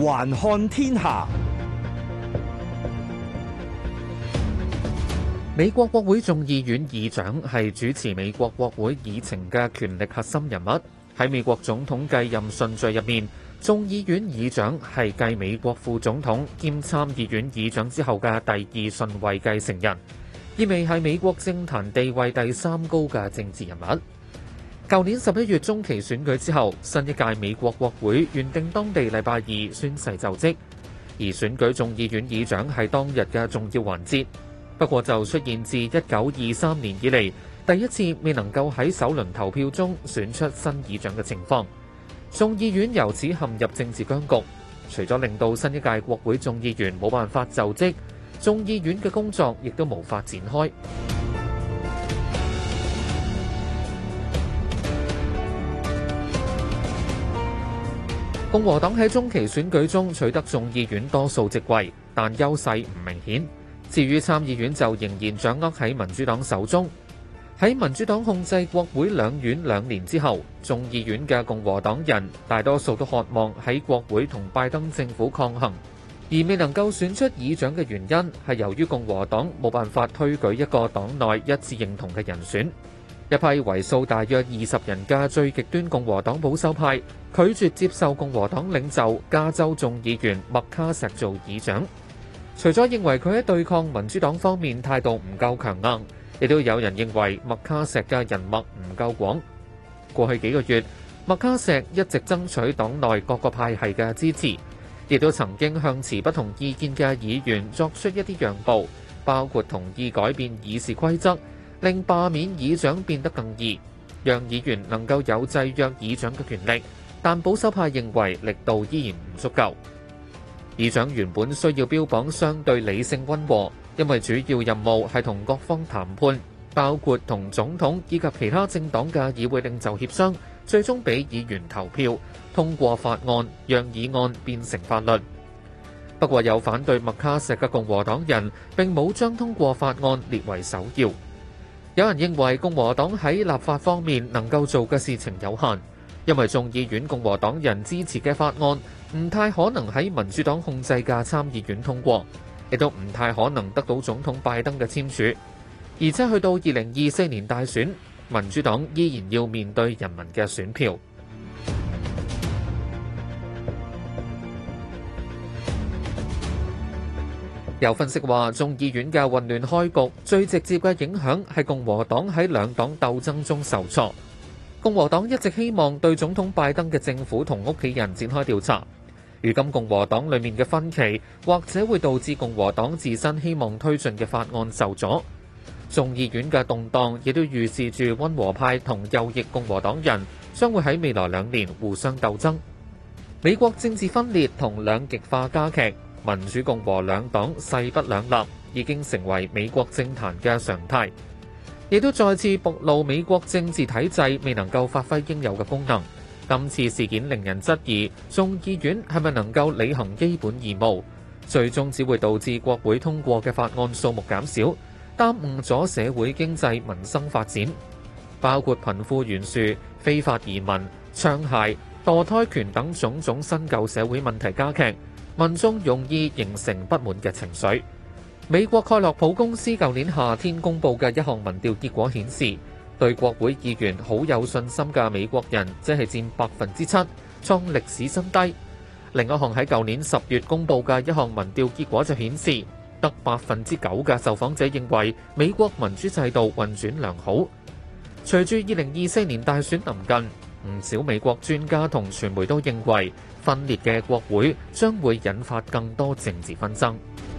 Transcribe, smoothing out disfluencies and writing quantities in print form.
環看天下。 美國國會眾議院議長係主持美國國會議程嘅權力核心人物。喺美國總統繼任順序入面，眾議院議長係繼美國副總統兼參議院議長之後嘅第二順位繼承人，意味係美國政壇地位第三高嘅政治人物。舊年11月中期選舉之後，新一屆美國國會原定當地禮拜二宣誓就職，而選舉眾議院議長係當日嘅重要環節。不過就出現自1923年以嚟第一次未能夠喺首輪投票中選出新議長嘅情況，眾議院由此陷入政治僵局。除咗令到新一屆國會眾議員冇辦法就職，眾議院嘅工作亦都無法展開。共和黨喺中期選舉中取得眾議院多數席位，但優勢唔明顯。至於參議院就仍然掌握喺民主黨手中。喺民主黨控制國會兩院2年之後，眾議院嘅共和黨人大多數都渴望喺國會同拜登政府抗衡，而未能夠選出議長嘅原因係由於共和黨冇辦法推舉一個黨內一致認同嘅人選。一批為數大約20人嘅最極端共和黨保守派拒絕接受共和黨領袖加州眾議員麥卡錫做議長。除咗認為佢喺對抗民主黨方面態度唔夠強硬，亦都有人認為麥卡錫嘅人脈唔夠廣。過去幾個月，麥卡錫一直爭取黨內各個派系嘅支持，亦都曾經向持不同意見嘅議員作出一啲讓步，包括同意改變議事規則，令罷免議長變得更易，讓議員能夠有制約議長嘅權力。但保守派認為力度依然唔足夠。議長原本需要標榜相對理性溫和，因為主要任務係同各方談判，包括同總統以及其他政黨嘅議會領袖協商，最終俾議員投票通過法案，讓議案變成法律。不過有反對麥卡錫嘅共和黨人並冇將通過法案列為首要。有人認為共和黨喺立法方面能夠做嘅事情有限，因為眾議院共和黨人支持嘅法案唔太可能喺民主黨控制嘅參議院通過，亦都唔太可能得到總統拜登嘅簽署。而且去到2024年大選，民主黨依然要面對人民嘅選票。有分析話，眾議院嘅混亂開局最直接嘅影響係共和黨喺兩黨鬥爭中受挫。共和黨一直希望對總統拜登嘅政府同屋企人展開調查。如今共和黨裡面嘅分歧，或者會導致共和黨自身希望推進嘅法案受阻。眾議院嘅動盪亦都預示住溫和派同右翼共和黨人將會喺未來2年互相鬥爭。美國政治分裂同兩極化加劇，民主共和兩黨勢不兩立，已經成為美國政壇嘅常態，亦都再次暴露美國政治體制未能夠發揮應有嘅功能。今次事件令人質疑眾議院係咪能夠履行基本義務，最終只會導致國會通過嘅法案數目減少，耽誤咗社會經濟民生發展，包括貧富懸殊、非法移民、槍械、墮胎權等種種新舊社會問題加劇，民眾容易形成不滿嘅情緒。美國蓋洛普公司舊年夏天公佈嘅一項民調結果顯示，對國會議員好有信心嘅美國人只係佔7%，創歷史新低。另一項喺舊年10月公佈嘅一項民調結果就顯示，得9%嘅受訪者認為美國民主制度運轉良好。隨住2024年大選臨近，唔少美國專家同傳媒都認為分裂嘅國會將會引發更多政治紛爭。